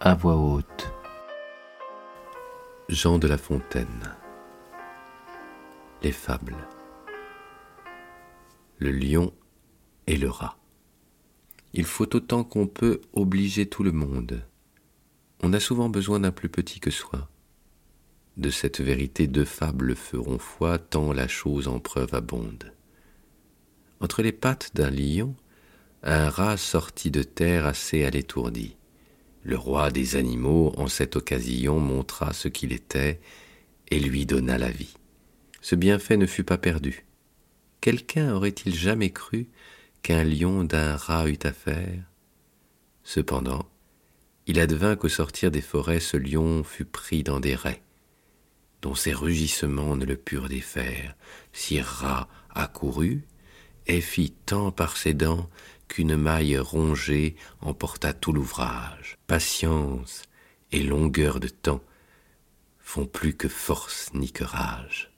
à voix haute. Jean de La Fontaine. Les fables. Le lion et le rat. Il faut autant qu'on peut obliger tout le monde. On a souvent besoin d'un plus petit que soi. De cette vérité deux fables feront foi, tant la chose en preuve abonde. Entre les pattes d'un lion, un rat sortit de terre assez à l'étourdi. Le roi des animaux, en cette occasion, montra ce qu'il était et lui donna la vie. Ce bienfait ne fut pas perdu. Quelqu'un aurait-il jamais cru qu'un lion d'un rat eût affaire ? Cependant, il advint qu'au sortir des forêts, ce lion fut pris dans des rets, dont ses rugissements ne le purent défaire. Sire Rat accourut et fit tant par ses dents qu'une maille rongée emporta tout l'ouvrage. Patience et longueur de temps font plus que force ni que rage.